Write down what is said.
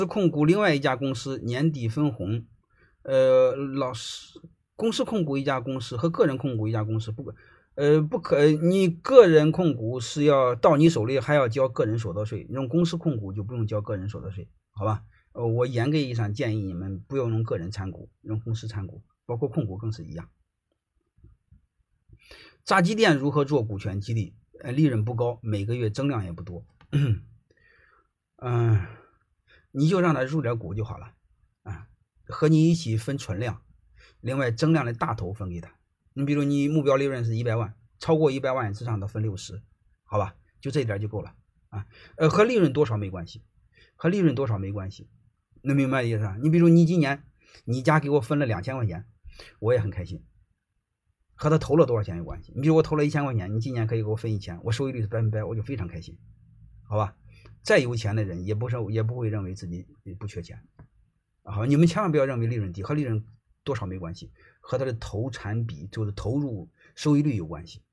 控股另外一家公司年底分红，公司控股一家公司和个人控股一家公司不可，你个人控股是要到你手里还要交个人所得税，用公司控股就不用交个人所得税，好吧？我严格意义上建议你们不要用个人参股，用公司参股，包括控股更是一样。炸鸡店如何做股权激励？利润不高，每个月增量也不多。你就让他入点股就好了啊，和你一起分存量，另外增量的大头分给他。你比如你目标利润是100万，超过100万之上的分60，好吧？就这一点就够了啊。和利润多少没关系，和利润多少没关系，能明白意思啊？你比如你今年你家给我分了2000块钱，我也很开心。和他投了多少钱有关系。你比如我投了1000块钱，你今年可以给我分1000，我收益率是100%，我就非常开心，好吧？再有钱的人也不会认为自己不缺钱。好，你们千万不要认为利润低，和利润多少没关系，和他的投产比就是投入收益率有关系。